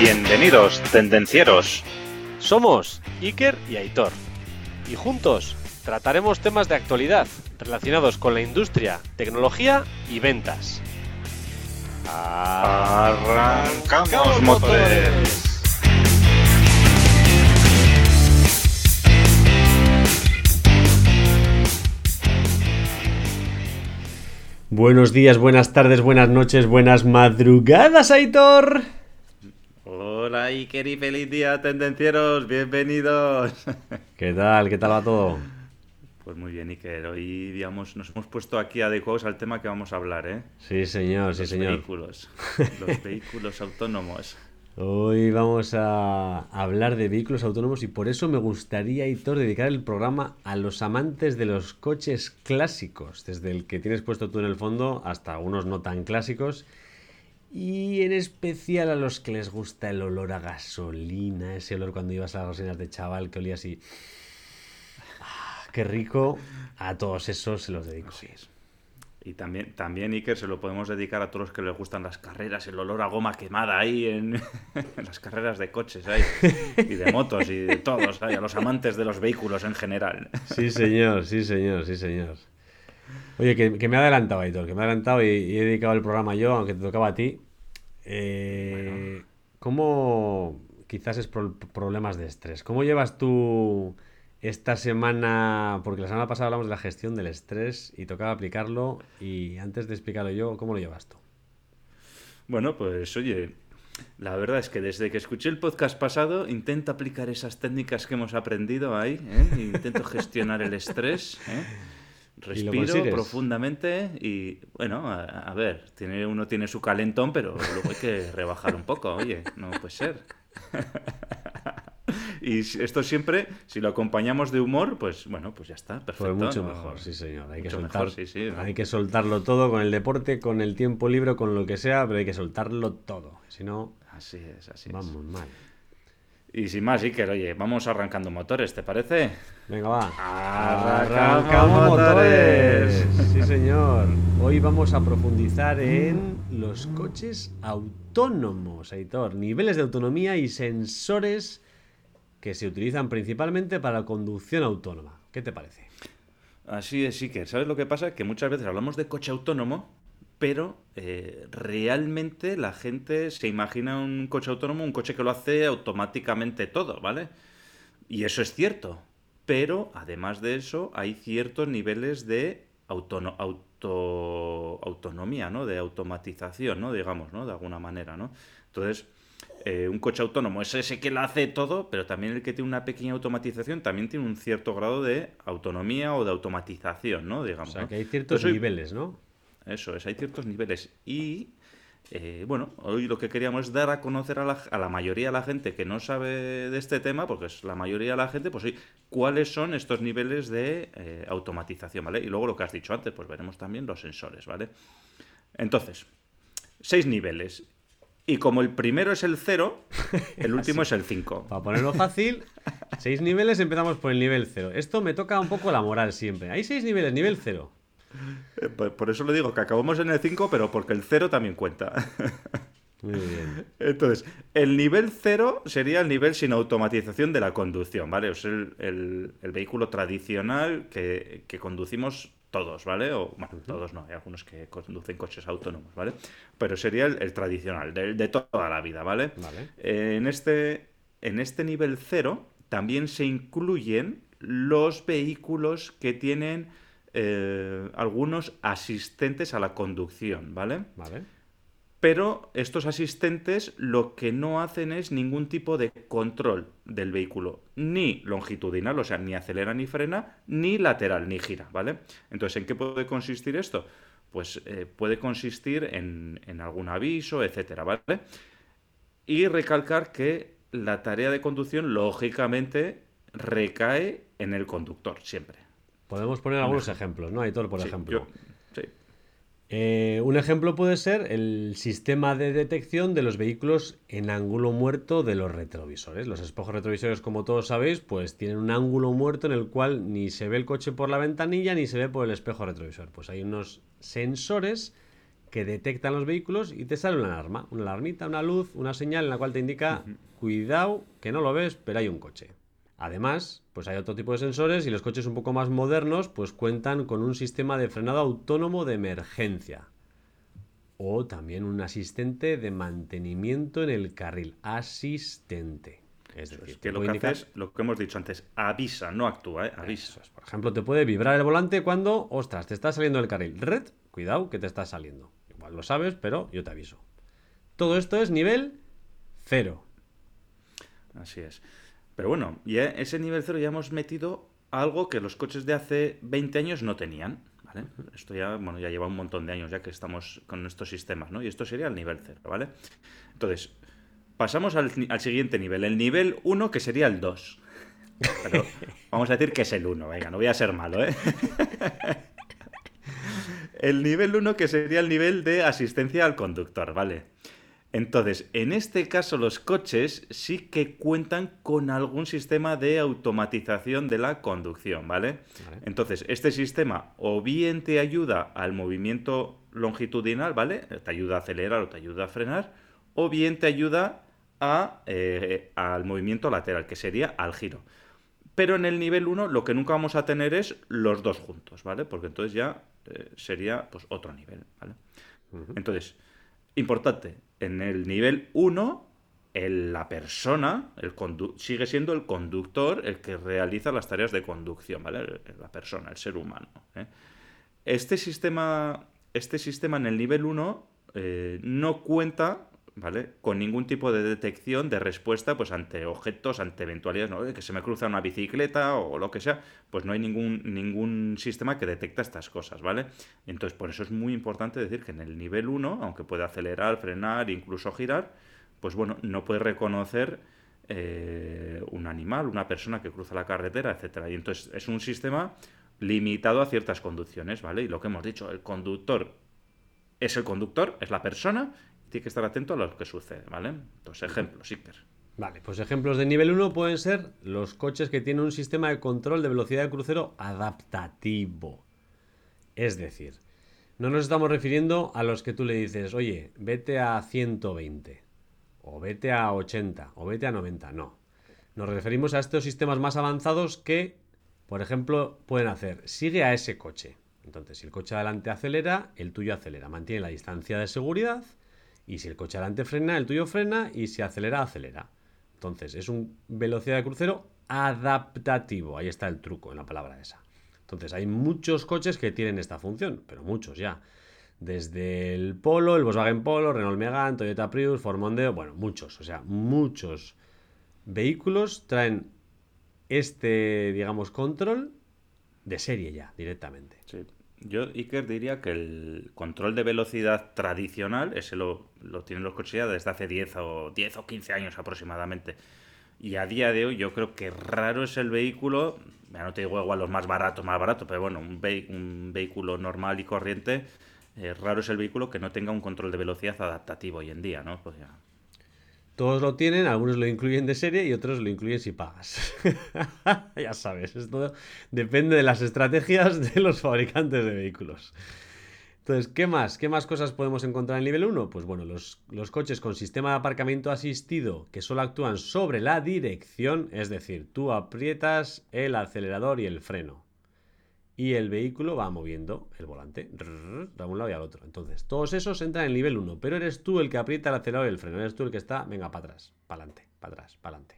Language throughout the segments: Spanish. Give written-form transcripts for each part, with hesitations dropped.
Bienvenidos, tendencieros. Somos Iker y Aitor, y juntos trataremos temas de actualidad relacionados con la industria, tecnología y ventas. ¡Arrancamos motores! Buenos días, buenas tardes, buenas noches, buenas madrugadas, Aitor. Hola Iker y feliz día, tendencieros, bienvenidos. ¿Qué tal? ¿Qué tal va todo? Pues muy bien, Iker, hoy digamos, nos hemos puesto aquí adecuados al tema que vamos a hablar, ¿eh? Sí, señor, sí, señor. Los vehículos autónomos. Hoy vamos a hablar de vehículos autónomos y por eso me gustaría, Aitor, dedicar el programa a los amantes de los coches clásicos, desde el que tienes puesto tú en el fondo hasta unos no tan clásicos, y en especial a los que les gusta el olor a gasolina, ese olor cuando ibas a las gasolineras de chaval que olía así. ¡Qué rico! A todos esos se los dedico. Así es. Y también Iker, se lo podemos dedicar a todos los que les gustan las carreras, el olor a goma quemada ahí en las carreras de coches ahí, y de motos y de todos, ahí, a los amantes de los vehículos en general. Sí, señor, sí, señor, sí, señor. Oye, que me he adelantado, Aitor, que me he adelantado y he dedicado el programa yo, aunque te tocaba a ti. ¿Cómo, quizás es problemas de estrés, cómo llevas tú esta semana? Porque la semana pasada hablamos de la gestión del estrés y tocaba aplicarlo, y antes de explicarlo yo, ¿cómo lo llevas tú? Bueno, pues oye, la verdad es que desde que escuché el podcast pasado intento aplicar esas técnicas que hemos aprendido ahí, ¿eh? Intento gestionar el estrés, ¿eh? Respiro profundamente y, bueno, a ver, uno tiene su calentón, pero luego hay que rebajar un poco, oye, no puede ser. Y esto siempre, si lo acompañamos de humor, pues bueno, pues ya está, perfecto. Pues mucho mejor, sí, señor. Hay que soltar, mejor, sí, ¿no? Hay que soltarlo todo con el deporte, con el tiempo libre, con lo que sea, pero hay que soltarlo todo. Si no, así es. Vamos mal. Y sin más, Iker, oye, vamos arrancando motores, ¿te parece? Venga, va. ¡Arrancamos motores! Sí, señor. Hoy vamos a profundizar en los coches autónomos, Aitor. Niveles de autonomía y sensores que se utilizan principalmente para la conducción autónoma. ¿Qué te parece? Así es, Iker. ¿Sabes lo que pasa? Que muchas veces hablamos de coche autónomo, pero realmente la gente se imagina un coche autónomo, un coche que lo hace automáticamente todo, ¿vale? Y eso es cierto, pero además de eso hay ciertos niveles de autonomía, ¿no? De automatización, ¿no? Digamos, ¿no? De alguna manera, ¿no? Entonces, un coche autónomo es ese que lo hace todo, pero también el que tiene una pequeña automatización también tiene un cierto grado de autonomía o de automatización, ¿no? Digamos, o sea, ¿no? que hay ciertos niveles, ¿no? Eso es, hay ciertos niveles. Y bueno, hoy lo que queríamos es dar a conocer a la mayoría de la gente que no sabe de este tema, porque es la mayoría de la gente, pues sí, cuáles son estos niveles de automatización, ¿vale? Y luego lo que has dicho antes, pues veremos también los sensores, ¿vale? Entonces, 6 niveles. Y como el primero es el 0, el último es el 5. Para ponerlo fácil, 6 niveles, empezamos por el nivel 0. Esto me toca un poco la moral siempre. Hay 6 niveles, nivel 0. Por eso le digo que acabamos en el 5, pero porque el 0 también cuenta. Muy bien. Entonces, el nivel 0 sería el nivel sin automatización de la conducción, ¿vale? Es el vehículo tradicional que conducimos todos, ¿vale? O, bueno, todos no, hay algunos que conducen coches autónomos, ¿vale? Pero sería el tradicional, de toda la vida, ¿vale? Vale. En este nivel 0 también se incluyen los vehículos que tienen algunos asistentes a la conducción, ¿vale? Vale. Pero estos asistentes lo que no hacen es ningún tipo de control del vehículo, ni longitudinal, o sea, ni acelera ni frena, ni lateral, ni gira, ¿vale? Entonces, ¿en qué puede consistir esto? Pues puede consistir en algún aviso, etcétera, ¿vale? Y recalcar que la tarea de conducción, lógicamente, recae en el conductor, siempre. Podemos poner algunos ejemplos, ¿no? Aitor, por Sí, ejemplo. sí. Un ejemplo puede ser el sistema de detección de los vehículos en ángulo muerto de los retrovisores. Los espejos retrovisores, como todos sabéis, pues tienen un ángulo muerto en el cual ni se ve el coche por la ventanilla ni se ve por el espejo retrovisor. Pues hay unos sensores que detectan los vehículos y te sale una alarma, una alarmita, una luz, una señal en la cual te indica, cuidado, que no lo ves, pero hay un coche. Además, pues hay otro tipo de sensores y los coches un poco más modernos pues cuentan con un sistema de frenado autónomo de emergencia. O también un asistente de mantenimiento en el carril. Asistente. Es decir, Es que lo que hace es lo que hemos dicho antes, avisa, no actúa, avisa. Eso es. Por ejemplo, te puede vibrar el volante cuando, ostras, te está saliendo del carril. Red, cuidado que te está saliendo. Igual lo sabes, pero yo te aviso. Todo esto es nivel 0. Así es. Pero bueno, ya ese nivel 0 ya hemos metido algo que los coches de hace 20 años no tenían, ¿vale? Esto ya, bueno, ya lleva un montón de años ya que estamos con estos sistemas, ¿no? Y esto sería el nivel 0, ¿vale? Entonces, pasamos al siguiente nivel, el nivel 1 que sería el 2. Pero vamos a decir que es el 1, venga, no voy a ser malo, ¿eh? El nivel 1 que sería el nivel de asistencia al conductor, ¿vale? Entonces, en este caso los coches sí que cuentan con algún sistema de automatización de la conducción, ¿vale? Entonces, este sistema o bien te ayuda al movimiento longitudinal, ¿vale? Te ayuda a acelerar o te ayuda a frenar, o bien te ayuda al movimiento lateral, que sería al giro. Pero en el nivel 1 lo que nunca vamos a tener es los dos juntos, ¿vale? Porque entonces ya sería pues otro nivel, ¿vale? Entonces, importante, en el nivel 1 la persona sigue siendo el conductor el que realiza las tareas de conducción, ¿vale? La persona, el ser humano, ¿eh? Este sistema en el nivel 1 no cuenta, ¿vale?, con ningún tipo de detección de respuesta pues ante objetos, ante eventualidades, ¿no? Que se me cruza una bicicleta o lo que sea, pues no hay ningún sistema que detecta estas cosas, ¿vale? Entonces, por eso es muy importante decir que en el nivel 1, aunque puede acelerar, frenar, incluso girar, pues bueno, no puede reconocer un animal, una persona que cruza la carretera, etcétera. Y entonces es un sistema limitado a ciertas conducciones, ¿vale? Y lo que hemos dicho, el conductor, es la persona, tiene que estar atento a lo que sucede, ¿vale? Entonces, ejemplos, Iker. Vale, pues ejemplos de nivel 1 pueden ser los coches que tienen un sistema de control de velocidad de crucero adaptativo. Es decir, no nos estamos refiriendo a los que tú le dices, oye, vete a 120, o vete a 80, o vete a 90, no. Nos referimos a estos sistemas más avanzados que, por ejemplo, pueden hacer, sigue a ese coche. Entonces, si el coche adelante acelera, el tuyo acelera, mantiene la distancia de seguridad. Y si el coche adelante frena, el tuyo frena. Y si acelera, acelera. Entonces, es un velocidad de crucero adaptativo. Ahí está el truco en la palabra esa. Entonces, hay muchos coches que tienen esta función, pero muchos ya. Desde el Polo, el Volkswagen Polo, Renault Megane, Toyota Prius, Ford Mondeo, bueno, muchos. O sea, muchos vehículos traen este, digamos, control de serie ya, directamente. Sí. Yo, Iker, diría que el control de velocidad tradicional, ese lo tienen los coches ya desde hace 10 o 15 años aproximadamente. Y a día de hoy yo creo que raro es el vehículo, ya no te digo igual los más baratos, pero bueno, un vehículo normal y corriente, raro es el vehículo que no tenga un control de velocidad adaptativo hoy en día, ¿no? Pues ya. Todos lo tienen, algunos lo incluyen de serie y otros lo incluyen si pagas. Ya sabes, esto depende de las estrategias de los fabricantes de vehículos. Entonces, ¿qué más? ¿Qué más cosas podemos encontrar en nivel 1? Pues bueno, los coches con sistema de aparcamiento asistido que solo actúan sobre la dirección, es decir, tú aprietas el acelerador y el freno. Y el vehículo va moviendo el volante de un lado y al otro. Entonces, todos esos entran en nivel 1, pero eres tú el que aprieta el acelerador y el freno. Eres tú el que está, venga, para atrás, para adelante, para atrás, para adelante.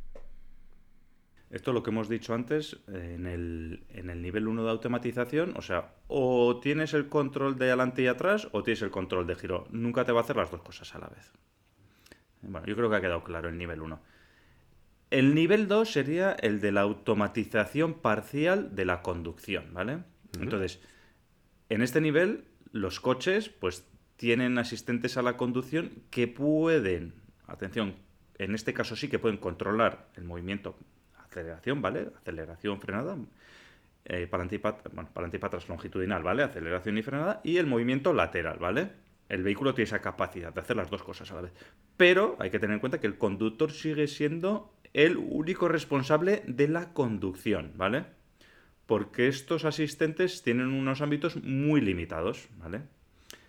Esto es lo que hemos dicho antes, en el nivel 1 de automatización, o sea, o tienes el control de adelante y atrás o tienes el control de giro. Nunca te va a hacer las dos cosas a la vez. Bueno, yo creo que ha quedado claro el nivel 1. El nivel 2 sería el de la automatización parcial de la conducción, ¿vale? Entonces, en este nivel, los coches, pues, tienen asistentes a la conducción que pueden, atención, en este caso sí que pueden controlar el movimiento, aceleración, ¿vale? Aceleración, frenada, para adelante y para atrás longitudinal, ¿vale? Aceleración y frenada, y el movimiento lateral, ¿vale? El vehículo tiene esa capacidad de hacer las dos cosas a la vez. Pero hay que tener en cuenta que el conductor sigue siendo el único responsable de la conducción, ¿vale? Porque estos asistentes tienen unos ámbitos muy limitados, ¿vale?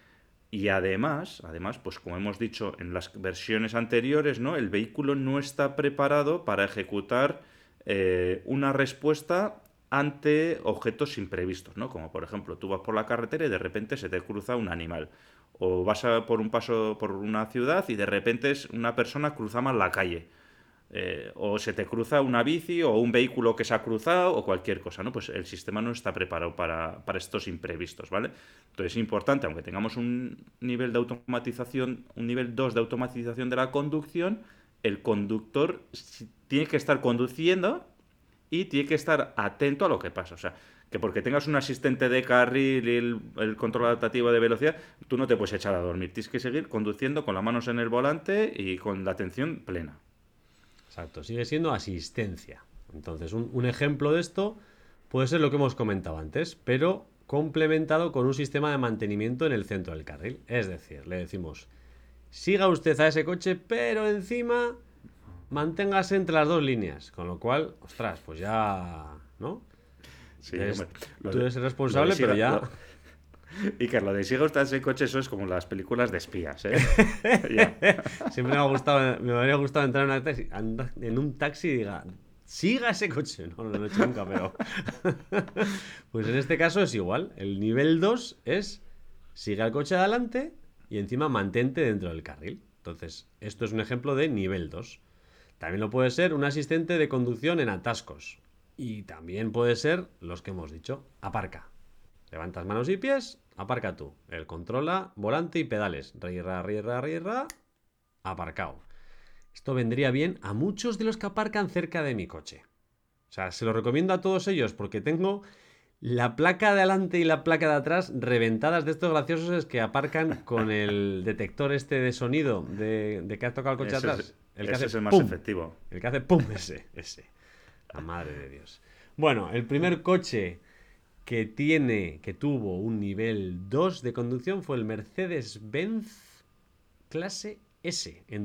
Y además, pues como hemos dicho en las versiones anteriores, ¿no? El vehículo no está preparado para ejecutar una respuesta ante objetos imprevistos, ¿no? Como por ejemplo, tú vas por la carretera y de repente se te cruza un animal. O vas por un paso por una ciudad y de repente una persona cruza mal la calle. O se te cruza una bici o un vehículo que se ha cruzado o cualquier cosa, ¿no? Pues el sistema no está preparado para estos imprevistos, ¿vale? Entonces es importante, aunque tengamos un nivel de automatización, un nivel 2 de automatización de la conducción, el conductor tiene que estar conduciendo y tiene que estar atento a lo que pasa. O sea, que porque tengas un asistente de carril y el control adaptativo de velocidad, tú no te puedes echar a dormir. Tienes que seguir conduciendo con las manos en el volante y con la atención plena. Exacto, sigue siendo asistencia. Entonces, un ejemplo de esto puede ser lo que hemos comentado antes, pero complementado con un sistema de mantenimiento en el centro del carril. Es decir, le decimos, siga usted a ese coche, pero encima manténgase entre las dos líneas. Con lo cual, ostras, pues ya, ¿no? Sí, Eres- hombre, tú eres el responsable, pero ya... Y que lo de siga usted ese coche, eso es como las películas de espías, ¿eh? Ya. Siempre me habría gustado entrar en un taxi y diga, siga ese coche. No lo he hecho nunca, pero... Pues en este caso es igual. El nivel 2 es siga el coche adelante y encima mantente dentro del carril. Entonces, esto es un ejemplo de nivel 2. También lo puede ser un asistente de conducción en atascos. Y también puede ser los que hemos dicho, aparca. Levantas manos y pies, aparca tú. Él controla volante y pedales. Ra, aparcado. Esto vendría bien a muchos de los que aparcan cerca de mi coche. O sea, se lo recomiendo a todos ellos porque tengo la placa de adelante y la placa de atrás reventadas de estos graciosos que aparcan con el detector este de sonido de que has tocado el coche Ese atrás. ese es el más pum. efectivo. El que hace pum, ese. La madre de Dios. Bueno, el primer coche que tuvo un nivel 2 de conducción fue el Mercedes-Benz clase S en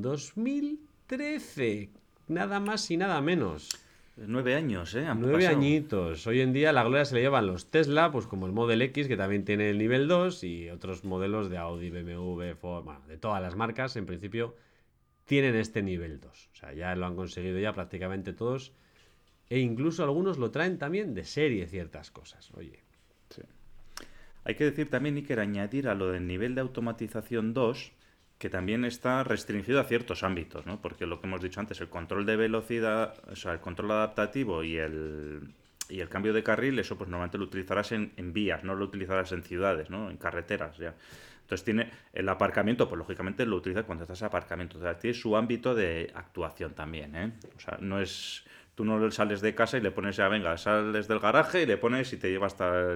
2013. Nada más y nada menos. 9 años, ¿eh? Han 9 pasado. añitos. Hoy en día la gloria se le llevan los Tesla, pues como el Model X, que también tiene el nivel 2, y otros modelos de Audi, BMW, Ford, bueno, de todas las marcas, en principio, tienen este nivel 2. O sea, ya lo han conseguido ya prácticamente todos. E incluso algunos lo traen también de serie ciertas cosas. Oye. Sí. Hay que decir también, Iker, añadir a lo del nivel de automatización 2 que también está restringido a ciertos ámbitos, ¿no? Porque lo que hemos dicho antes, el control de velocidad, o sea, el control adaptativo y el cambio de carril, eso pues normalmente lo utilizarás en vías, no lo utilizarás en ciudades, ¿no? En carreteras, ya. Entonces tiene el aparcamiento, pues lógicamente lo utilizas cuando estás en aparcamiento. O sea, tiene su ámbito de actuación también, ¿eh? O sea, no es... Tú no sales de casa y le pones ya, venga, sales del garaje y le pones y te lleva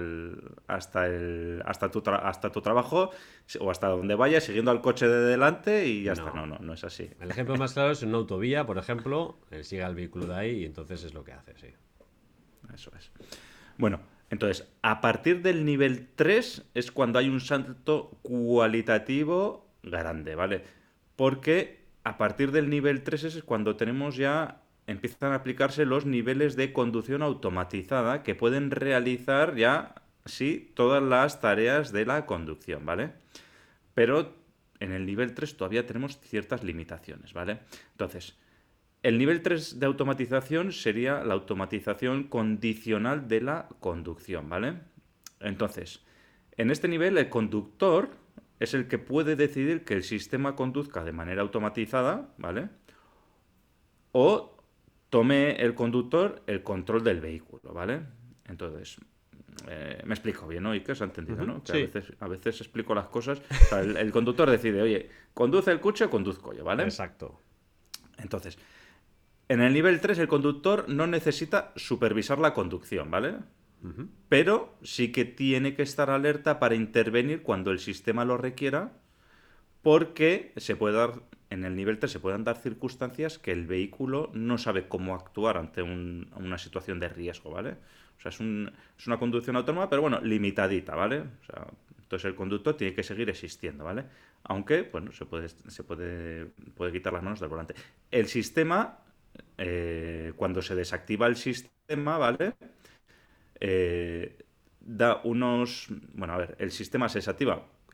hasta tu trabajo o hasta donde vayas, siguiendo al coche de delante y ya está. No. No es así. El ejemplo más claro es en una autovía, por ejemplo, él sigue al vehículo de ahí y entonces es lo que hace, sí. Eso es. Bueno, entonces, a partir del nivel 3 es cuando hay un salto cualitativo grande, ¿vale? Porque a partir del nivel 3 es cuando tenemos ya, empiezan a aplicarse los niveles de conducción automatizada que pueden realizar ya, sí, todas las tareas de la conducción, ¿vale? Pero en el nivel 3 todavía tenemos ciertas limitaciones, ¿vale? Entonces, el nivel 3 de automatización sería la automatización condicional de la conducción, ¿vale? Entonces, en este nivel el conductor es el que puede decidir que el sistema conduzca de manera automatizada, ¿vale? O tome el conductor el control del vehículo, ¿vale? Entonces, me explico bien, ¿no? Y que se ha entendido, ¿no? Que Sí. a veces explico las cosas. O sea, el conductor decide, oye, conduce el coche o conduzco yo, ¿vale? Exacto. Entonces, en el nivel 3 el conductor no necesita supervisar la conducción, ¿vale? Pero sí que tiene que estar alerta para intervenir cuando el sistema lo requiera, porque en el nivel 3 se pueden dar circunstancias que el vehículo no sabe cómo actuar ante una situación de riesgo, ¿vale? O sea, es una conducción autónoma, pero bueno, limitadita, ¿vale? O sea, entonces el conductor tiene que seguir existiendo, ¿vale? Aunque, bueno, puede quitar las manos del volante. El sistema, cuando se desactiva el sistema, ¿vale? Da unos... Bueno, a ver, el sistema se desactiva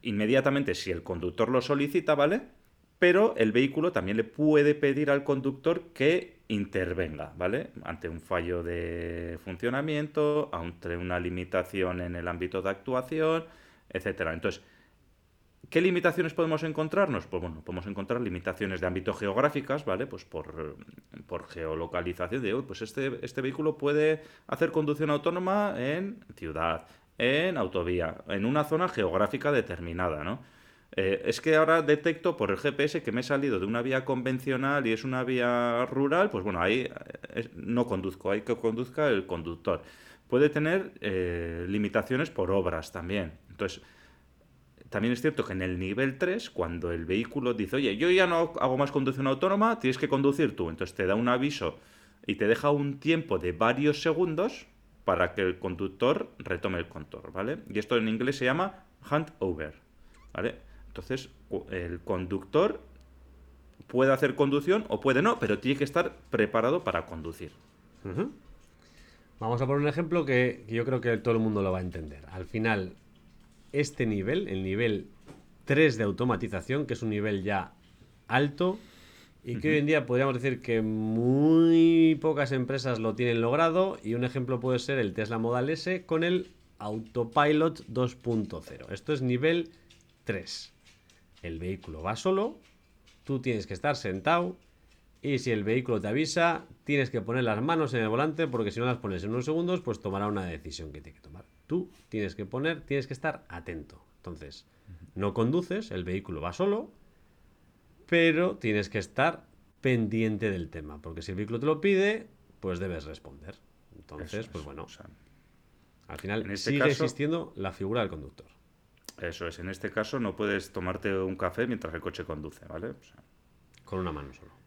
inmediatamente si el conductor lo solicita, ¿vale? Pero el vehículo también le puede pedir al conductor que intervenga, ¿vale? Ante un fallo de funcionamiento, ante una limitación en el ámbito de actuación, etcétera. Entonces, ¿qué limitaciones podemos encontrarnos? Pues bueno, podemos encontrar limitaciones de ámbito geográficas, ¿vale? Pues por geolocalización de, pues este vehículo puede hacer conducción autónoma en ciudad, en autovía, en una zona geográfica determinada, ¿no? Es que ahora detecto por el GPS que me he salido de una vía convencional y es una vía rural, pues bueno, ahí no conduzco, hay que conduzca el conductor. Puede tener limitaciones por obras también. Entonces, también es cierto que en el nivel 3, cuando el vehículo dice, oye, yo ya no hago más conducción autónoma, tienes que conducir tú. Entonces te da un aviso y te deja un tiempo de varios segundos para que el conductor retome el control, ¿vale? Y esto en inglés se llama handover, ¿vale? Entonces el conductor puede hacer conducción o puede no, pero tiene que estar preparado para conducir. Ujú. Vamos a poner un ejemplo que yo creo que todo el mundo lo va a entender. Al final, este nivel, el nivel 3 de automatización, que es un nivel ya alto y que hoy en día podríamos decir que muy pocas empresas lo tienen logrado, y un ejemplo puede ser el Tesla Model S con el Autopilot 2.0. Esto es nivel 3. El vehículo va solo, tú tienes que estar sentado, y si el vehículo te avisa, tienes que poner las manos en el volante, porque si no las pones en unos segundos, pues tomará una decisión que tiene que tomar. Tú tienes que estar atento. Entonces, no conduces, el vehículo va solo, pero tienes que estar pendiente del tema, porque si el vehículo te lo pide, pues debes responder. Entonces, pues bueno, al final sigue existiendo la figura del conductor. Eso es, en este caso no puedes tomarte un café mientras el coche conduce, ¿vale? Con una mano solo.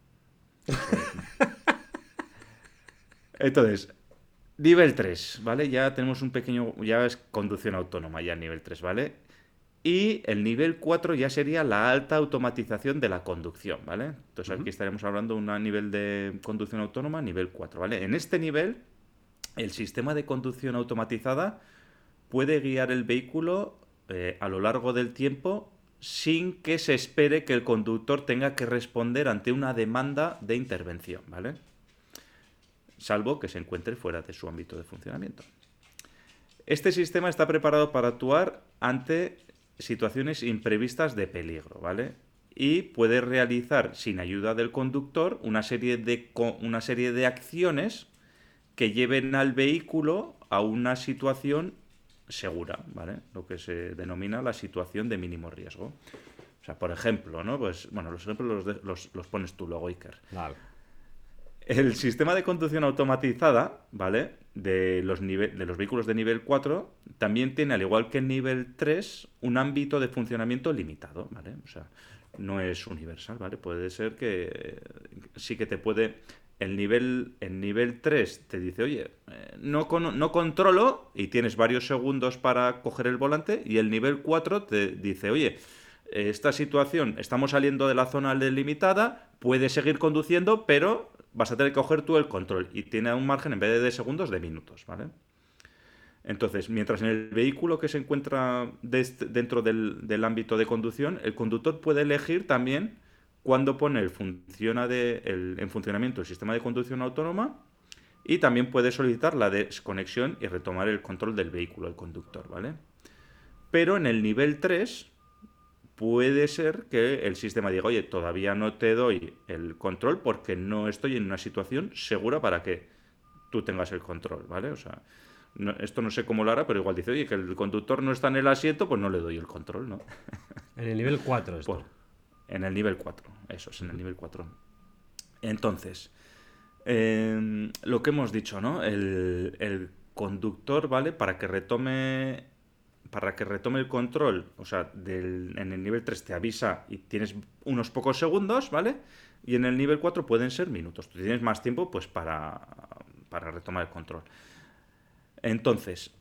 Entonces, nivel 3, ¿vale? Ya tenemos un pequeño, ya es conducción autónoma, ya nivel 3, ¿vale? Y el nivel 4 ya sería la alta automatización de la conducción, ¿vale? Entonces aquí estaremos hablando de un nivel de conducción autónoma, nivel 4, ¿vale? En este nivel, el sistema de conducción automatizada puede guiar el vehículo a lo largo del tiempo sin que se espere que el conductor tenga que responder ante una demanda de intervención, ¿vale? Salvo que se encuentre fuera de su ámbito de funcionamiento. Este sistema está preparado para actuar ante situaciones imprevistas de peligro, ¿vale? Y puede realizar, sin ayuda del conductor, una serie de acciones que lleven al vehículo a una situación segura, ¿vale? Lo que se denomina la situación de mínimo riesgo. O sea, por ejemplo, ¿no? Pues, bueno, los ejemplos los pones tú luego, Iker. Vale. El sistema de conducción automatizada, ¿vale? De los vehículos de nivel 4 también tiene, al igual que el nivel 3, un ámbito de funcionamiento limitado, ¿vale? O sea, no es universal, ¿vale? Puede ser que sí que te puede... El nivel 3 te dice, oye, no controlo, y tienes varios segundos para coger el volante, y el nivel 4 te dice, oye, esta situación, estamos saliendo de la zona delimitada, puedes seguir conduciendo, pero vas a tener que coger tú el control, y tiene un margen, en vez de segundos, de minutos, ¿vale? Entonces, mientras en el vehículo que se encuentra dentro del ámbito de conducción, el conductor puede elegir también cuando pone en funcionamiento el sistema de conducción autónoma, y también puede solicitar la desconexión y retomar el control del vehículo, el conductor, ¿vale? Pero en el nivel 3 puede ser que el sistema diga, oye, todavía no te doy el control porque no estoy en una situación segura para que tú tengas el control, ¿vale? O sea, esto no sé cómo lo hará, pero igual dice, oye, que el conductor no está en el asiento, pues no le doy el control, ¿no? En el nivel 4 esto. Pues, en el nivel 4, eso es, en el nivel 4. Entonces, lo que hemos dicho, ¿no? El conductor, ¿vale? Para que retome el control, o sea, en el nivel 3 te avisa y tienes unos pocos segundos, ¿vale? Y en el nivel 4 pueden ser minutos. Tú tienes más tiempo, pues, para retomar el control. Entonces,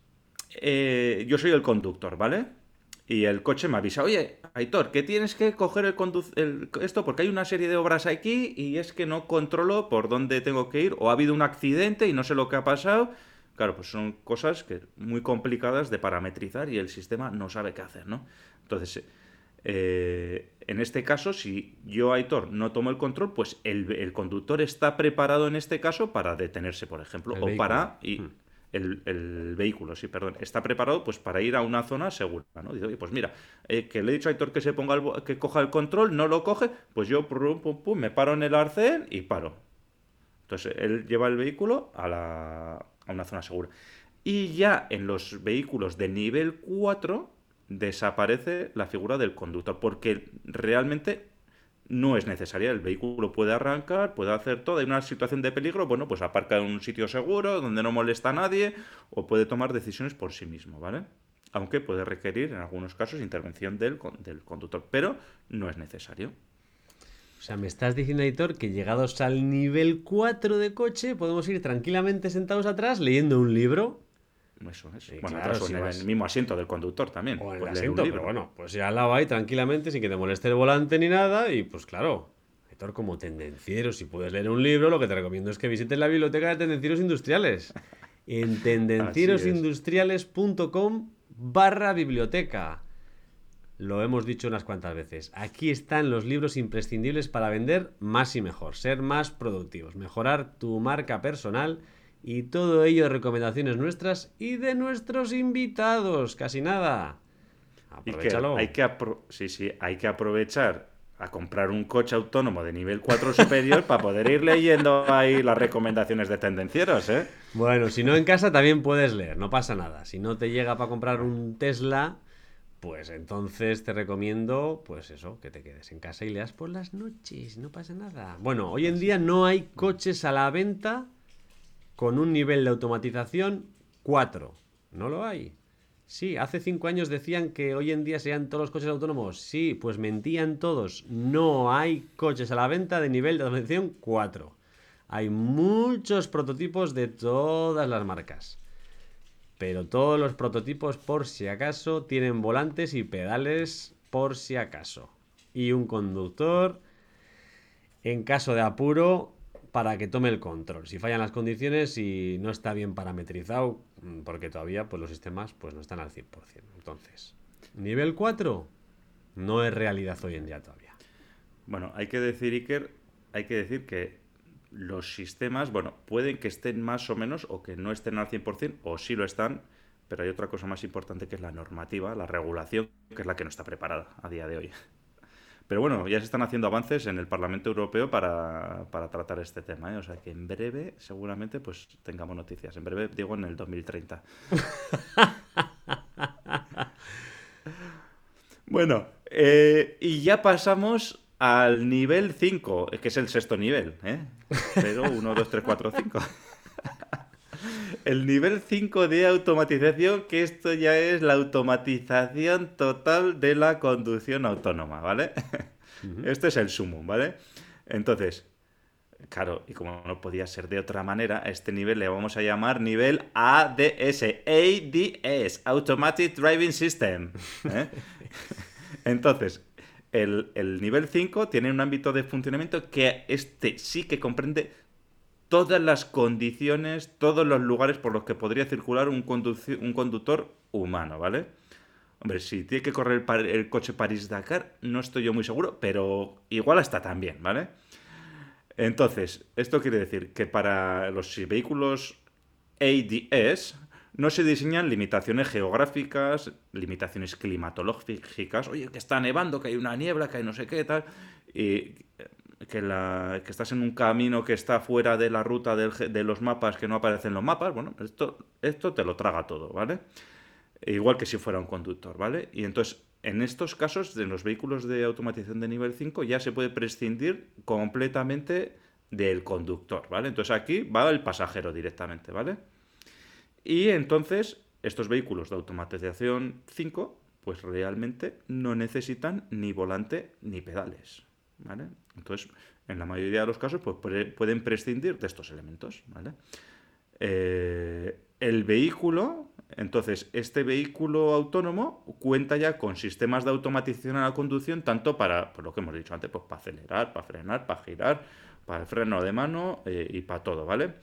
yo soy el conductor, ¿vale? Y el coche me avisa, oye, Aitor, que tienes que coger esto porque hay una serie de obras aquí y es que no controlo por dónde tengo que ir, o ha habido un accidente y no sé lo que ha pasado. claro, pues son cosas que muy complicadas de parametrizar y el sistema no sabe qué hacer, ¿no? Entonces, en este caso, si yo, Aitor, no tomo el control, pues el conductor está preparado en este caso para detenerse, por ejemplo, El o vehículo. para... el vehículo, sí, perdón, está preparado pues para ir a una zona segura, ¿no? Dice, oye, pues mira, que le he dicho a Aitor que se ponga que coja el control, no lo coge, pues yo pum, pum, pum, me paro en el arcén y paro. Entonces él lleva el vehículo a una zona segura. Y ya en los vehículos de nivel 4 desaparece la figura del conductor, porque realmente no es necesaria. El vehículo puede arrancar, puede hacer todo. Hay una situación de peligro, bueno, pues aparca en un sitio seguro, donde no molesta a nadie, o puede tomar decisiones por sí mismo, ¿vale? Aunque puede requerir, en algunos casos, intervención del conductor, pero no es necesario. O sea, me estás diciendo, editor, que llegados al nivel 4 de coche podemos ir tranquilamente sentados atrás leyendo un libro. Eso es. Sí, Bueno, claro, atrás o si en el vas... mismo asiento del conductor también. O en el Puedes leer un asiento, pero libro. bueno, pues ya al lado ahí tranquilamente sin que te moleste el volante ni nada. Y pues claro, editor, como tendenciero, si puedes leer un libro, lo que te recomiendo es que visites la biblioteca de Tendencieros Industriales. En Así es. tendencierosindustriales.com/biblioteca. Lo hemos dicho unas cuantas veces. Aquí están los libros imprescindibles para vender más y mejor, ser más productivos, mejorar tu marca personal y todo ello de recomendaciones nuestras y de nuestros invitados. Casi nada. Iker, Aprovechalo. sí, sí, hay que aprovechar a comprar un coche autónomo de nivel 4 superior para poder ir leyendo ahí las recomendaciones de tendencieros, ¿eh? Bueno, si no en casa también puedes leer, no pasa nada. Si no te llega para comprar un Tesla, pues entonces te recomiendo, pues eso, que te quedes en casa y leas por las noches, no pasa nada. Bueno, hoy en Así. día no hay coches a la venta con un nivel de automatización 4. No lo hay. Sí, hace 5 años decían que hoy en día serían todos los coches autónomos. Sí, pues mentían todos. No hay coches a la venta de nivel de automatización 4. Hay muchos prototipos de todas las marcas. Pero todos los prototipos, por si acaso, tienen volantes y pedales por si acaso. Y un conductor en caso de apuro para que tome el control. Si fallan las condiciones y no está bien parametrizado, porque todavía pues, los sistemas pues, no están al 100%. Entonces, nivel 4 no es realidad hoy en día todavía. Bueno, hay que decir, Iker, hay que decir que los sistemas, bueno, pueden que estén más o menos o que no estén al 100% o sí lo están, pero hay otra cosa más importante que es la normativa, la regulación, que es la que no está preparada a día de hoy. Pero bueno, ya se están haciendo avances en el Parlamento Europeo para tratar este tema, ¿eh? O sea que en breve seguramente pues tengamos noticias. En breve, digo, en el 2030. Bueno, y ya pasamos al nivel 5, que es el sexto nivel, ¿eh? Pero 1, 2, 3, 4, 5. El nivel 5 de automatización, que esto ya es la automatización total de la conducción autónoma, ¿vale? Este es el sumum, ¿vale? Entonces, claro, y como no podía ser de otra manera, a este nivel le vamos a llamar nivel ADS, Automatic Driving System. ¿Eh? Entonces, el nivel 5 tiene un ámbito de funcionamiento que este sí que comprende todas las condiciones, todos los lugares por los que podría circular un conductor humano, ¿vale? Hombre, si tiene que correr el coche París-Dakar, no estoy yo muy seguro, pero igual hasta también, ¿vale? Entonces, esto quiere decir que para los vehículos ADS no se diseñan limitaciones geográficas, limitaciones climatológicas, oye, que está nevando, que hay una niebla, que hay no sé qué, tal, y que estás en un camino que está fuera de la ruta de los mapas, que no aparecen los mapas, bueno, esto te lo traga todo, ¿vale? Igual que si fuera un conductor, ¿vale? Y entonces, en estos casos, en los vehículos de automatización de nivel 5, ya se puede prescindir completamente del conductor, ¿vale? Entonces aquí va el pasajero directamente, ¿vale? Y entonces, estos vehículos de automatización 5, pues realmente no necesitan ni volante ni pedales, ¿vale? Entonces, en la mayoría de los casos, pues pueden prescindir de estos elementos, ¿vale? El vehículo, entonces, este vehículo autónomo cuenta ya con sistemas de automatización a la conducción, tanto para, por lo que hemos dicho antes, pues para acelerar, para frenar, para girar, para el freno de mano y para todo, ¿vale?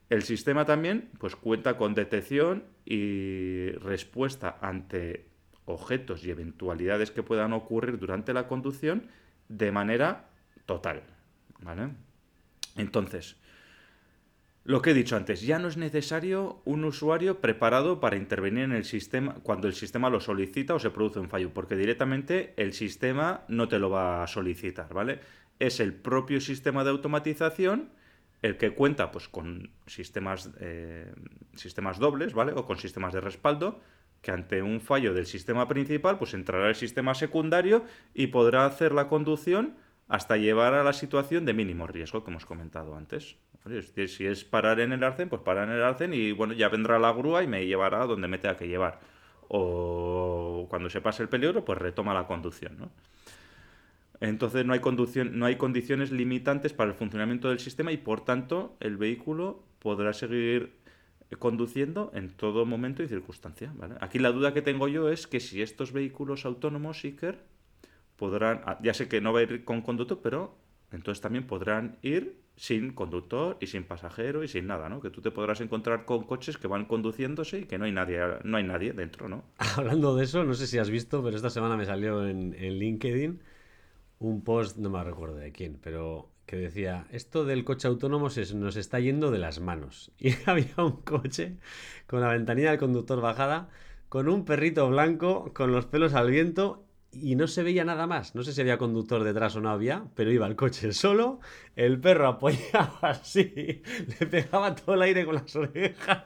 El sistema también pues, cuenta con detección y respuesta ante objetos y eventualidades que puedan ocurrir durante la conducción de manera total, ¿vale? Entonces, lo que he dicho antes, ya no es necesario un usuario preparado para intervenir en el sistema cuando el sistema lo solicita o se produce un fallo, porque directamente el sistema no te lo va a solicitar, ¿vale? Es el propio sistema de automatización el que cuenta pues, con sistemas dobles, ¿vale? O con sistemas de respaldo, que ante un fallo del sistema principal, pues entrará el sistema secundario y podrá hacer la conducción hasta llevar a la situación de mínimo riesgo que hemos comentado antes. Oye, si es parar en el arcén, pues parar en el arcén y bueno, ya vendrá la grúa y me llevará a donde me tenga que llevar. O cuando se pase el peligro, pues retoma la conducción, ¿no? Entonces no hay condiciones limitantes para el funcionamiento del sistema y por tanto el vehículo podrá seguir conduciendo en todo momento y circunstancia, ¿vale? Aquí la duda que tengo yo es que si estos vehículos autónomos, Iker, podrán, ya sé que no va a ir con conductor, pero entonces también podrán ir sin conductor y sin pasajero y sin nada, ¿no? Que tú te podrás encontrar con coches que van conduciéndose y que no hay nadie dentro, ¿no? Hablando de eso, no sé si has visto, pero esta semana me salió en LinkedIn un post, no me recuerdo de quién, pero que decía, esto del coche autónomo nos está yendo de las manos. Y había un coche con la ventanilla del conductor bajada, con un perrito blanco, con los pelos al viento y no se veía nada más. No sé si había conductor detrás o no había, pero iba el coche solo, el perro apoyaba así, le pegaba todo el aire con las orejas.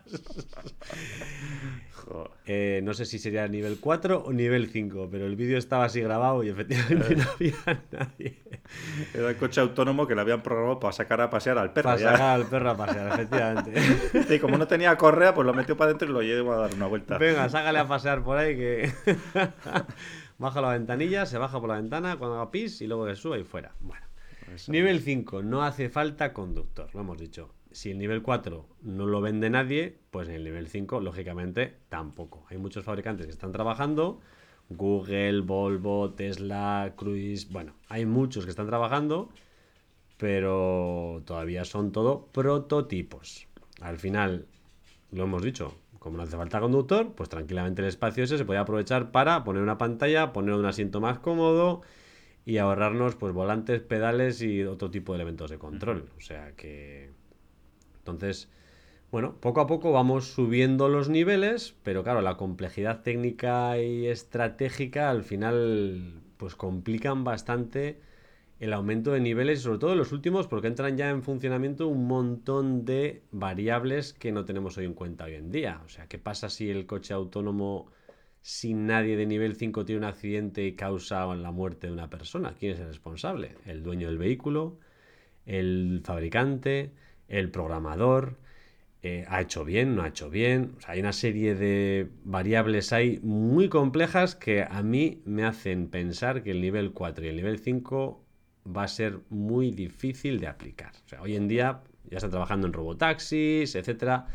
No sé si sería nivel 4 o nivel 5, pero el vídeo estaba así grabado y efectivamente no había nadie. Era el coche autónomo que le habían programado para sacar a pasear al perro. Para sacar al perro a pasear, efectivamente. Y como no tenía correa, pues lo metió para adentro y lo llevó a dar una vuelta. Venga, sácale a pasear por ahí que... Baja la ventanilla, se baja por la ventana cuando haga pis y luego que suba y fuera. Bueno. Nivel 5, no hace falta conductor, lo hemos dicho. Si el nivel 4 no lo vende nadie, pues en el nivel 5, lógicamente, tampoco. Hay muchos fabricantes que están trabajando, Google, Volvo, Tesla, Cruise, bueno, hay muchos que están trabajando, pero todavía son todo prototipos. Al final, lo hemos dicho, como no hace falta conductor, pues tranquilamente el espacio ese se puede aprovechar para poner una pantalla, poner un asiento más cómodo y ahorrarnos pues volantes, pedales y otro tipo de elementos de control. O sea que... Entonces, bueno, poco a poco vamos subiendo los niveles, pero claro, la complejidad técnica y estratégica al final pues complican bastante el aumento de niveles, sobre todo en los últimos, porque entran ya en funcionamiento un montón de variables que no tenemos hoy en cuenta hoy en día. O sea, ¿qué pasa si el coche autónomo sin nadie de nivel 5 tiene un accidente y causa la muerte de una persona? ¿Quién es el responsable? ¿El dueño del vehículo? ¿El fabricante? ¿El programador? ¿Ha hecho bien? ¿No ha hecho bien? O sea, hay una serie de variables ahí muy complejas que a mí me hacen pensar que el nivel 4 y el nivel 5 va a ser muy difícil de aplicar. O sea, hoy en día ya están trabajando en robotaxis, etcétera.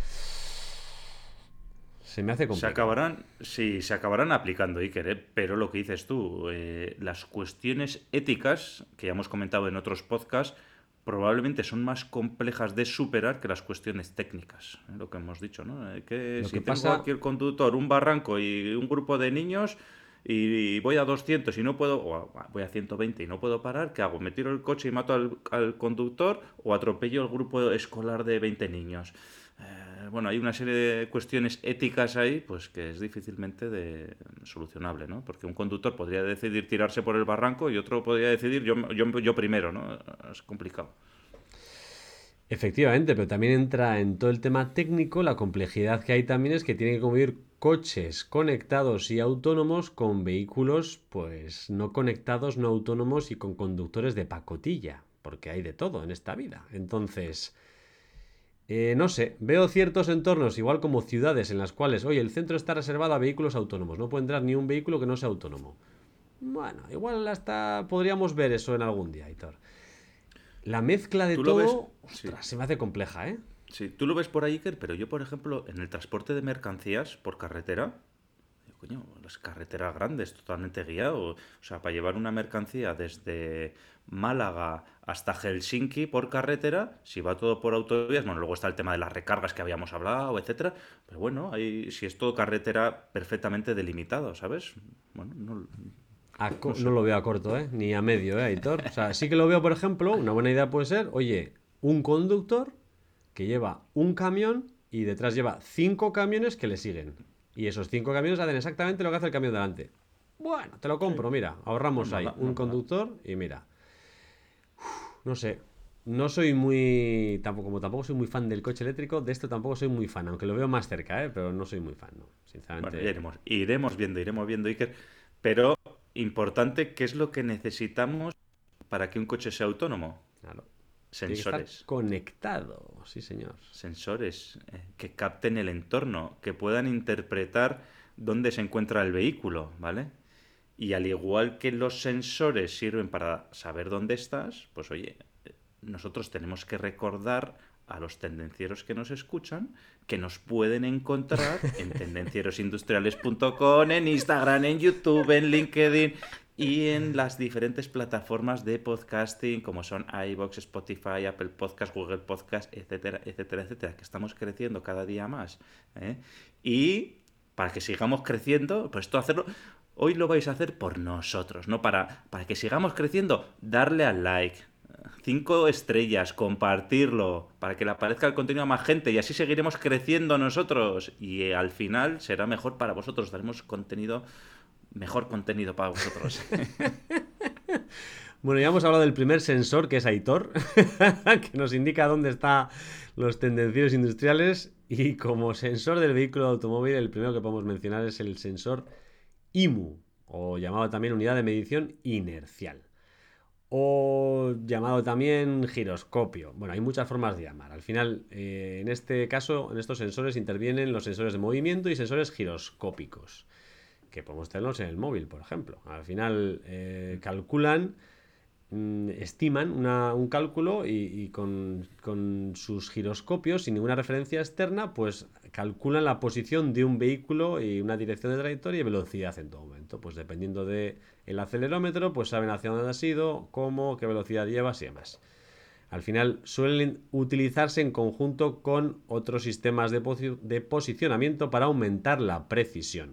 Se me hace complicado. Se acabarán aplicando, Iker, ¿eh? Pero lo que dices tú, las cuestiones éticas, que ya hemos comentado en otros podcasts, probablemente son más complejas de superar que las cuestiones técnicas, lo que hemos dicho, ¿no? Que Lo si que tengo pasa... aquí el conductor, un barranco y un grupo de niños y voy a 200 y no puedo, o voy a 120 y no puedo parar, ¿qué hago? ¿Me tiro el coche y mato al conductor o atropello al grupo escolar de 20 niños? Bueno, hay una serie de cuestiones éticas ahí, pues que es difícilmente solucionable, ¿no? Porque un conductor podría decidir tirarse por el barranco y otro podría decidir yo primero, ¿no? Es complicado. Efectivamente, pero también entra en todo el tema técnico, la complejidad que hay también es que tienen que convivir coches conectados y autónomos con vehículos pues no conectados, no autónomos y con conductores de pacotilla, porque hay de todo en esta vida. Entonces... no sé, veo ciertos entornos, igual como ciudades en las cuales, oye, el centro está reservado a vehículos autónomos, no puede entrar ni un vehículo que no sea autónomo. Bueno, igual hasta podríamos ver eso en algún día, Hitor. La mezcla de ¿Tú lo ves? todo, Sí. ostras, se me hace compleja, ¿eh? Sí, tú lo ves por ahí, Iker, pero yo, por ejemplo, en el transporte de mercancías por carretera, coño, las carreteras grandes, totalmente guiado. O sea, para llevar una mercancía desde Málaga hasta Helsinki por carretera, si va todo por autovías, bueno, luego está el tema de las recargas que habíamos hablado, etcétera. Pero bueno, ahí, si es todo carretera perfectamente delimitado, ¿sabes? Bueno, no, no No sé. lo veo a corto, ¿eh? Ni a medio, ¿eh, Aitor? O sea, sí que lo veo, por ejemplo, una buena idea puede ser, oye, un conductor que lleva un camión y detrás lleva 5 camiones que le siguen. Y esos 5 camiones hacen exactamente lo que hace el camión delante. Bueno, te lo Sí, compro, mira, no ahorramos ahí mala, no un mala. conductor y mira, no sé, no soy muy, tampoco, como tampoco soy muy fan del coche eléctrico, de esto tampoco soy muy fan, aunque lo veo más cerca, ¿eh? Pero no soy muy fan, no, Bueno, ya sinceramente. iremos viendo, Iker. Pero importante, ¿qué es lo que necesitamos para que un coche sea autónomo? Claro. Tiene que estar Sensores. conectado, sí señor. Sensores que capten el entorno, que puedan interpretar dónde se encuentra el vehículo, ¿vale? Y al igual que los sensores sirven para saber dónde estás, pues oye, nosotros tenemos que recordar a los tendencieros que nos escuchan que nos pueden encontrar en tendencierosindustriales.com, en Instagram, en YouTube, en LinkedIn y en las diferentes plataformas de podcasting como son iVoox, Spotify, Apple Podcast, Google Podcast, etcétera, etcétera, etcétera, que estamos creciendo cada día más. ¿Eh? Y para que sigamos creciendo, pues esto hacerlo, hoy lo vais a hacer por nosotros, ¿no? Para que sigamos creciendo, darle al like, 5 estrellas, compartirlo, para que le aparezca el contenido a más gente y así seguiremos creciendo nosotros. Y al final será mejor para vosotros, daremos contenido, mejor contenido para vosotros. Bueno, ya hemos hablado del primer sensor, que es Aitor, que nos indica dónde están los tendencieros industriales. Y como sensor del vehículo automóvil, el primero que podemos mencionar es el sensor IMU, o llamado también unidad de medición inercial, o llamado también giroscopio. Bueno, hay muchas formas de llamar. Al final, en este caso, en estos sensores intervienen los sensores de movimiento y sensores giroscópicos, que podemos tenerlos en el móvil, por ejemplo. Al final, calculan, estiman un cálculo y con sus giroscopios, sin ninguna referencia externa, pues calculan la posición de un vehículo y una dirección de trayectoria y velocidad en todo momento. Pues dependiendo del acelerómetro, pues saben hacia dónde has ido, cómo, qué velocidad llevas y demás. Al final suelen utilizarse en conjunto con otros sistemas de posicionamiento para aumentar la precisión,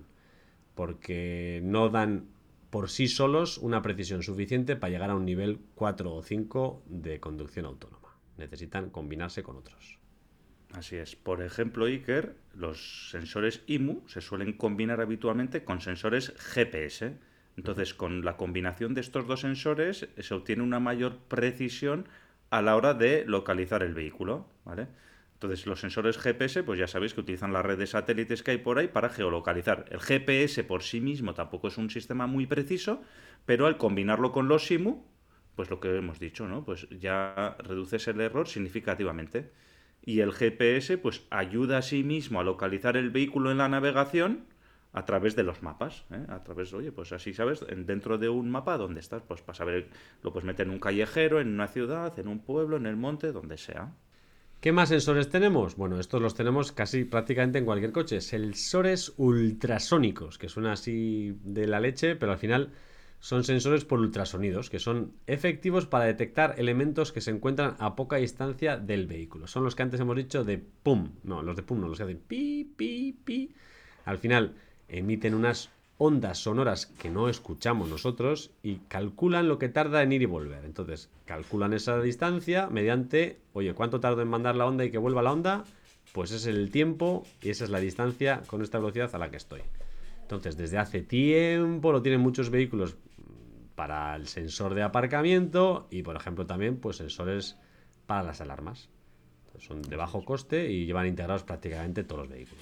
porque no dan por sí solos una precisión suficiente para llegar a un nivel 4 o 5 de conducción autónoma. Necesitan combinarse con otros. Así es. Por ejemplo, Iker, los sensores IMU se suelen combinar habitualmente con sensores GPS. Entonces, con la combinación de estos dos sensores se obtiene una mayor precisión a la hora de localizar el vehículo, ¿vale? Entonces, los sensores GPS, pues ya sabéis que utilizan la red de satélites que hay por ahí para geolocalizar. El GPS por sí mismo tampoco es un sistema muy preciso, pero al combinarlo con los IMU, pues lo que hemos dicho, ¿no? Pues ya reduces el error significativamente. Y el GPS pues ayuda a sí mismo a localizar el vehículo en la navegación a través de los mapas, ¿eh? A través, oye, pues así sabes, dentro de un mapa dónde estás, pues para saber, lo puedes meter en un callejero, en una ciudad, en un pueblo, en el monte, donde sea. ¿Qué más sensores tenemos? Bueno, estos los tenemos casi prácticamente en cualquier coche. Sensores ultrasónicos, que suena así de la leche, pero al final son sensores por ultrasonidos, que son efectivos para detectar elementos que se encuentran a poca distancia del vehículo. Son los que antes hemos dicho de pum. No, los de pum no, los que hacen pi, pi, pi. Al final emiten unas ondas sonoras que no escuchamos nosotros y calculan lo que tarda en ir y volver. Entonces, calculan esa distancia mediante, oye, ¿cuánto tarda en mandar la onda y que vuelva la onda? Pues ese es el tiempo y esa es la distancia con esta velocidad a la que estoy. Entonces, desde hace tiempo lo tienen muchos vehículos para el sensor de aparcamiento y, por ejemplo, también pues sensores para las alarmas. Entonces, son de Así bajo es. coste y llevan integrados prácticamente todos los vehículos.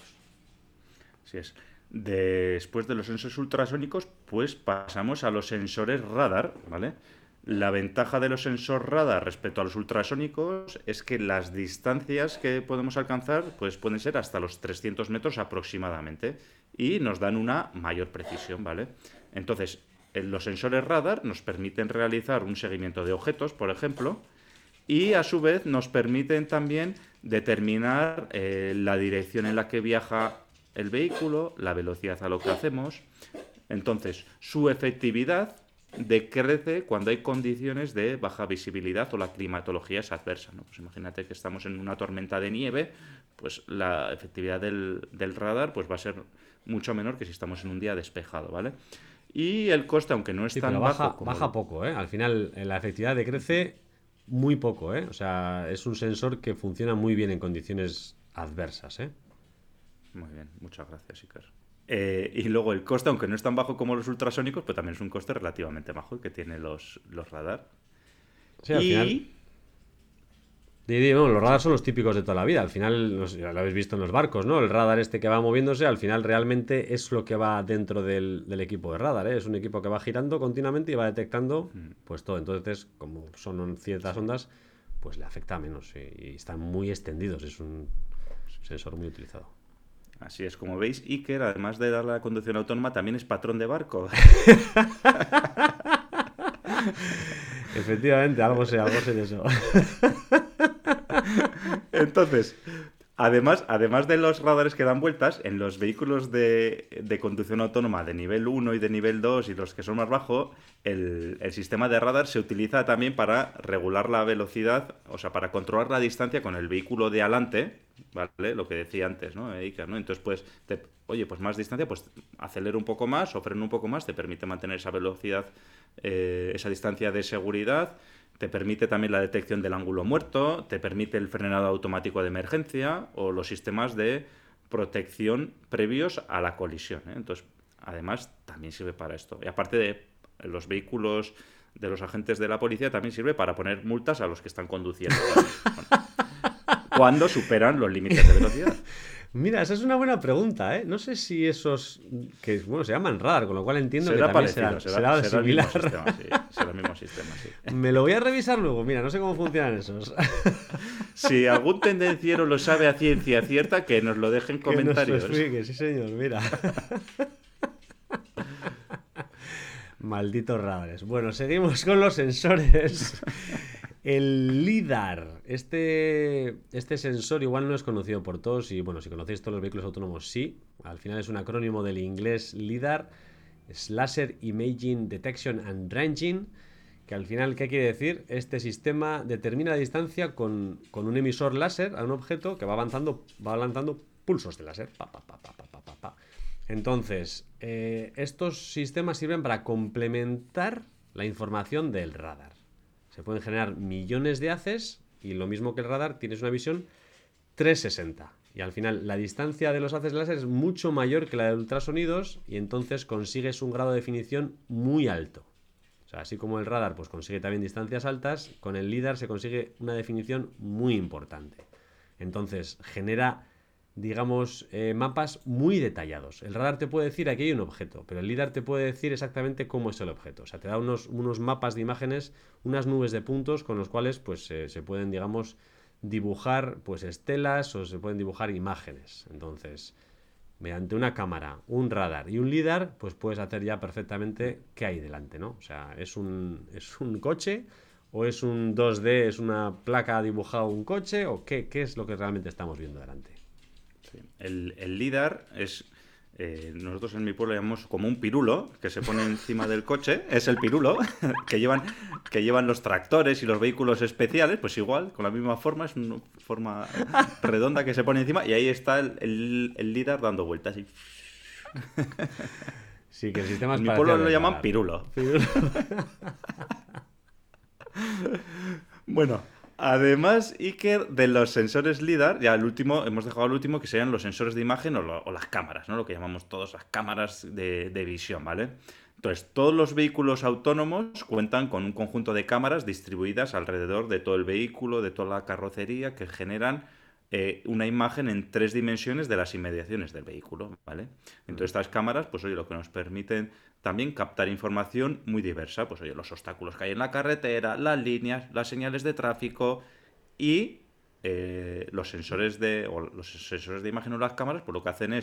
Así es. Después de los sensores ultrasónicos, pues pasamos a los sensores radar, ¿vale? La ventaja de los sensores radar respecto a los ultrasónicos es que las distancias que podemos alcanzar pues pueden ser hasta los 300 metros aproximadamente y nos dan una mayor precisión, ¿vale? Entonces, los sensores radar nos permiten realizar un seguimiento de objetos, por ejemplo, y a su vez nos permiten también determinar la dirección en la que viaja el vehículo, la velocidad a lo que hacemos. Entonces, su efectividad decrece cuando hay condiciones de baja visibilidad o la climatología es adversa, ¿no? Pues imagínate que estamos en una tormenta de nieve, pues la efectividad del radar pues va a ser mucho menor que si estamos en un día despejado, ¿vale? Y el coste, aunque no es Sí, tan pero bajo como... baja poco, ¿eh? Al final la efectividad decrece muy poco, ¿eh? O sea, es un sensor que funciona muy bien en condiciones adversas, ¿eh? Muy bien, muchas gracias, Iker. Y luego el coste, aunque no es tan bajo como los ultrasónicos, pues también es un coste relativamente bajo que tiene los radar. Sí, al final. Y... Bueno, los Sí, radares son los típicos de toda la vida. Al final, no sé, ya lo habéis visto en los barcos, ¿no? El radar este que va moviéndose, al final realmente es lo que va dentro del equipo de radar, ¿eh? Es un equipo que va girando continuamente y va detectando pues todo. Entonces, como son ciertas ondas, pues le afecta menos y están muy extendidos. Es un sensor muy utilizado. así es, como veis, Iker, además de dar la conducción autónoma, también es patrón de barco. Efectivamente, algo sé de eso. Entonces, además de los radares que dan vueltas, en los vehículos de conducción autónoma de nivel 1 y de nivel 2 y los que son más bajos, el sistema de radar se utiliza también para regular la velocidad, o sea, para controlar la distancia con el vehículo de adelante, ¿vale? Lo que decía antes, ¿no? Iker, ¿no? Entonces, pues, oye, pues más distancia, pues acelera un poco más o frena un poco más, te permite mantener esa velocidad, esa distancia de seguridad. Te permite también la detección del ángulo muerto, te permite el frenado automático de emergencia o los sistemas de protección previos a la colisión, ¿eh? Entonces, además, también sirve para esto. Y aparte de los vehículos de los agentes de la policía, también sirve para poner multas a los que están conduciendo. Bueno, cuando superan los límites de velocidad. Mira, esa es una buena pregunta, ¿eh? No sé si esos que, bueno, se llaman radar, con lo cual entiendo que Será también parecido, será será el mismo similar. sistema, sí. Será el mismo sistema, sí. Me lo voy a revisar luego, mira, no sé cómo funcionan esos. Si algún tendenciero lo sabe a ciencia cierta, que nos lo deje en Que nos lo comentarios. explique, sí señor, mira. Malditos radares. Bueno, seguimos con los sensores. El LIDAR. Este sensor igual no es conocido por todos y bueno, si conocéis todos los vehículos autónomos, sí. Al final es un acrónimo del inglés LIDAR, es Laser Imaging Detection and Ranging, que al final, ¿qué quiere decir? Este sistema determina la distancia con un emisor láser a un objeto que va lanzando pulsos de láser. Pa, pa, pa, pa, pa, pa, pa. Entonces, estos sistemas sirven para complementar la información del radar. Se pueden generar millones de haces y lo mismo que el radar, tienes una visión 360. Y al final la distancia de los haces láser es mucho mayor que la de ultrasonidos y entonces consigues un grado de definición muy alto. O sea, así como el radar pues consigue también distancias altas, con el LIDAR se consigue una definición muy importante. Entonces genera, digamos, mapas muy detallados. El radar te puede decir aquí hay un objeto, pero el LIDAR te puede decir exactamente cómo es el objeto. O sea, te da unos mapas de imágenes, unas nubes de puntos con los cuales pues se pueden, digamos, dibujar pues estelas o se pueden dibujar imágenes. Entonces, mediante una cámara, un radar y un LIDAR, pues puedes hacer ya perfectamente qué hay delante, ¿no? O sea, ¿es un coche o es un 2D, es una placa dibujada un coche o qué es lo que realmente estamos viendo delante? Sí. El LIDAR es, nosotros en mi pueblo lo llamamos como un pirulo que se pone encima del coche, es el pirulo que llevan los tractores y los vehículos especiales, pues igual, con la misma forma, es una forma redonda que se pone encima y ahí está el LIDAR dando vueltas. Y... Sí, que el sistema es En mi parecido pueblo al lo del llaman radar. pirulo. Bueno, además, Iker, de los sensores LIDAR, ya el último, hemos dejado el último, que serían los sensores de imagen o las cámaras, ¿no? Lo que llamamos todos las cámaras de visión, ¿vale? Entonces, todos los vehículos autónomos cuentan con un conjunto de cámaras distribuidas alrededor de todo el vehículo, de toda la carrocería, que generan una imagen en 3 dimensiones de las inmediaciones del vehículo, ¿vale? Entonces, estas cámaras, pues oye, lo que nos permiten también captar información muy diversa, pues oye, los obstáculos que hay en la carretera, las líneas, las señales de tráfico y los sensores de imagen o las cámaras, pues lo que hacen es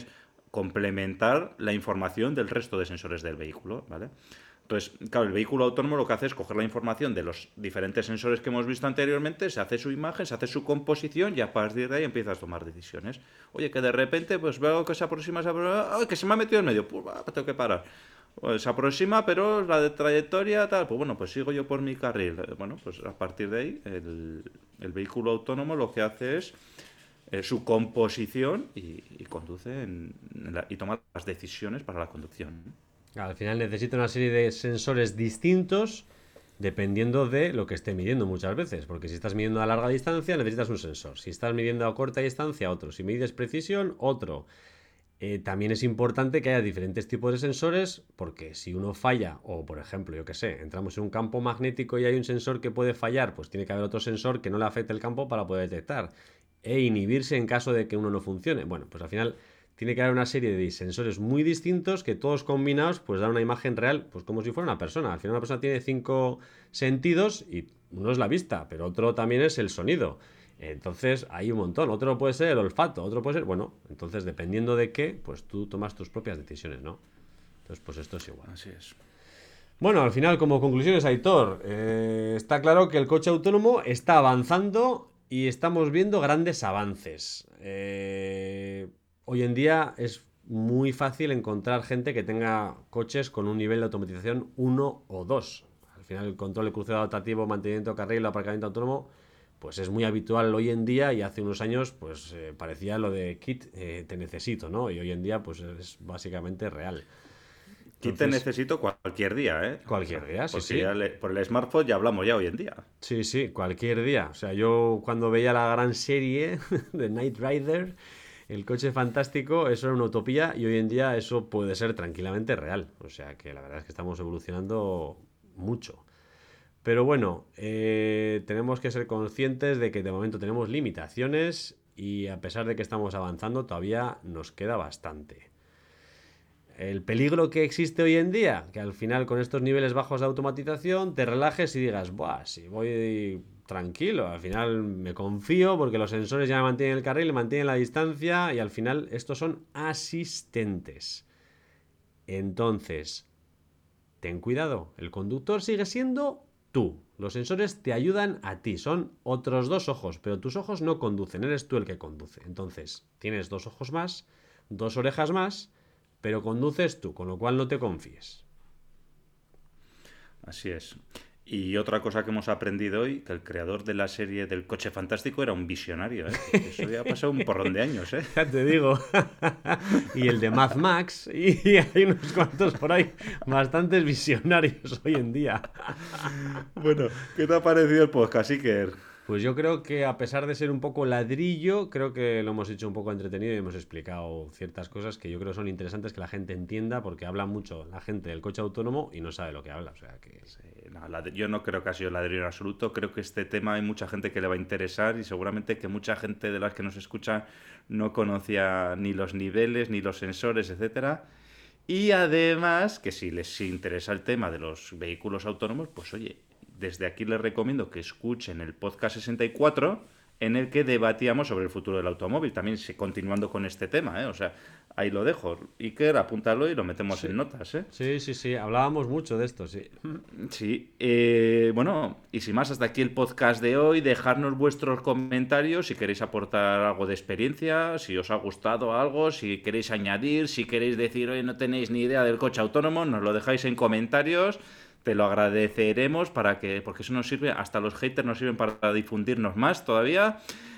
complementar la información del resto de sensores del vehículo, ¿vale? Entonces, claro, el vehículo autónomo lo que hace es coger la información de los diferentes sensores que hemos visto anteriormente, se hace su imagen, se hace su composición y a partir de ahí empiezas a tomar decisiones. Oye, que de repente pues veo que se aproxima, ¡ay, que se me ha metido en medio! Pues tengo que parar. Pues se aproxima, pero la de trayectoria, tal, pues bueno, pues sigo yo por mi carril. Bueno, pues a partir de ahí el vehículo autónomo lo que hace es su composición y conduce y toma las decisiones para la conducción. Al final necesita una serie de sensores distintos dependiendo de lo que esté midiendo muchas veces, porque si estás midiendo a larga distancia necesitas un sensor, si estás midiendo a corta distancia otro, si mides precisión otro. También es importante que haya diferentes tipos de sensores, porque si uno falla, o por ejemplo, yo que sé, entramos en un campo magnético y hay un sensor que puede fallar, pues tiene que haber otro sensor que no le afecte el campo para poder detectar e inhibirse en caso de que uno no funcione. Bueno, pues al final tiene que haber una serie de sensores muy distintos que todos combinados pues dan una imagen real, pues como si fuera una persona. Al final una persona tiene 5 sentidos y uno es la vista, pero otro también es el sonido. Entonces hay un montón. Otro puede ser el olfato, otro puede ser... Bueno, entonces dependiendo de qué, pues tú tomas tus propias decisiones, ¿no? Entonces pues esto es igual. Así es. Bueno, al final como conclusiones, Aitor, está claro que el coche autónomo está avanzando y estamos viendo grandes avances. Hoy en día es muy fácil encontrar gente que tenga coches con un nivel de automatización 1 o 2. Al final el control de crucero adaptativo, mantenimiento de carril, aparcamiento autónomo, pues es muy habitual hoy en día y hace unos años pues parecía lo de kit te necesito, ¿no? Y hoy en día pues es básicamente real. Kit te necesito cualquier día, ¿eh? Cualquier día, sí, sí. Por el smartphone ya hablamos ya hoy en día. Sí, sí, cualquier día. O sea, yo cuando veía la gran serie de Knight Rider, el coche fantástico, eso era una utopía y hoy en día eso puede ser tranquilamente real. O sea que la verdad es que estamos evolucionando mucho. Pero bueno, tenemos que ser conscientes de que de momento tenemos limitaciones y a pesar de que estamos avanzando todavía nos queda bastante. El peligro que existe hoy en día, que al final con estos niveles bajos de automatización te relajes y digas, buah, si voy tranquilo, al final me confío porque los sensores ya me mantienen el carril, me mantienen la distancia y al final estos son asistentes. Entonces, ten cuidado, el conductor sigue siendo tú. Los sensores te ayudan a ti, son otros 2 ojos, pero tus ojos no conducen, eres tú el que conduce. Entonces, tienes 2 ojos más, 2 orejas más, pero conduces tú, con lo cual no te confíes. Así es. Y otra cosa que hemos aprendido hoy, que el creador de la serie del coche fantástico era un visionario, ¿eh? Eso ya ha pasado un porrón de años, ¿eh? Ya te digo. Y el de Mad Max, y hay unos cuantos por ahí, bastantes visionarios hoy en día. Bueno, ¿qué te ha parecido el podcast, Iker? Pues yo creo que a pesar de ser un poco ladrillo, creo que lo hemos hecho un poco entretenido y hemos explicado ciertas cosas que yo creo son interesantes que la gente entienda porque habla mucho la gente del coche autónomo y no sabe lo que habla. O sea que... Sí, yo no creo que ha sido ladrillo en absoluto. Creo que este tema hay mucha gente que le va a interesar y seguramente que mucha gente de las que nos escucha no conocía ni los niveles, ni los sensores, etcétera. Y además, que si les interesa el tema de los vehículos autónomos, pues oye, desde aquí les recomiendo que escuchen el podcast 64 en el que debatíamos sobre el futuro del automóvil, también continuando con este tema, ¿eh? O sea, ahí lo dejo. Iker, apúntalo y lo metemos en notas, ¿eh? Sí, sí, sí, hablábamos mucho de esto, sí. Sí, bueno, y sin más, hasta aquí el podcast de hoy. Dejadnos vuestros comentarios si queréis aportar algo de experiencia, si os ha gustado algo, si queréis añadir, si queréis decir, oye, no tenéis ni idea del coche autónomo, nos lo dejáis en comentarios. Te lo agradeceremos porque eso nos sirve, hasta los haters nos sirven para difundirnos más todavía.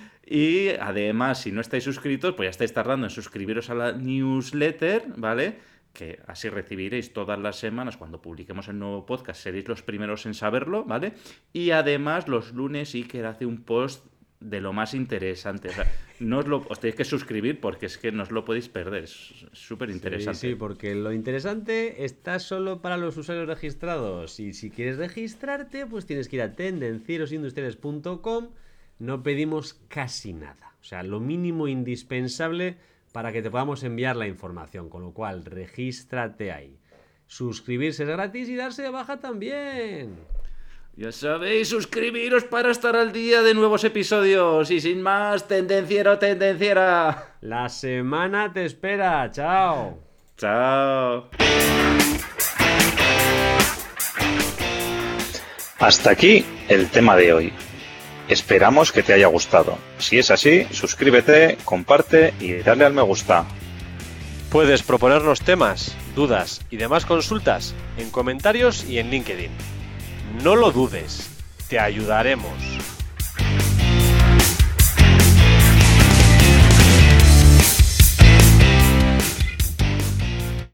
Y además, si no estáis suscritos, pues ya estáis tardando en suscribiros a la newsletter, ¿vale? Que así recibiréis todas las semanas cuando publiquemos el nuevo podcast, seréis los primeros en saberlo, ¿vale? Y además, los lunes Iker hace un post de lo más interesante. O sea, os tenéis que suscribir porque es que no os lo podéis perder. Es súper interesante. Sí, sí, porque lo interesante está solo para los usuarios registrados. Y si quieres registrarte, pues tienes que ir a tendencierosindustriales.com. No pedimos casi nada. O sea, lo mínimo indispensable para que te podamos enviar la información. Con lo cual, regístrate ahí. Suscribirse es gratis y darse de baja también. Ya sabéis, suscribiros para estar al día de nuevos episodios. Y sin más, tendenciero, tendenciera. La semana te espera. Chao. Chao. Hasta aquí el tema de hoy. Esperamos que te haya gustado. Si es así, suscríbete, comparte y dale al me gusta. Puedes proponernos temas, dudas y demás consultas en comentarios y en LinkedIn. No lo dudes, te ayudaremos.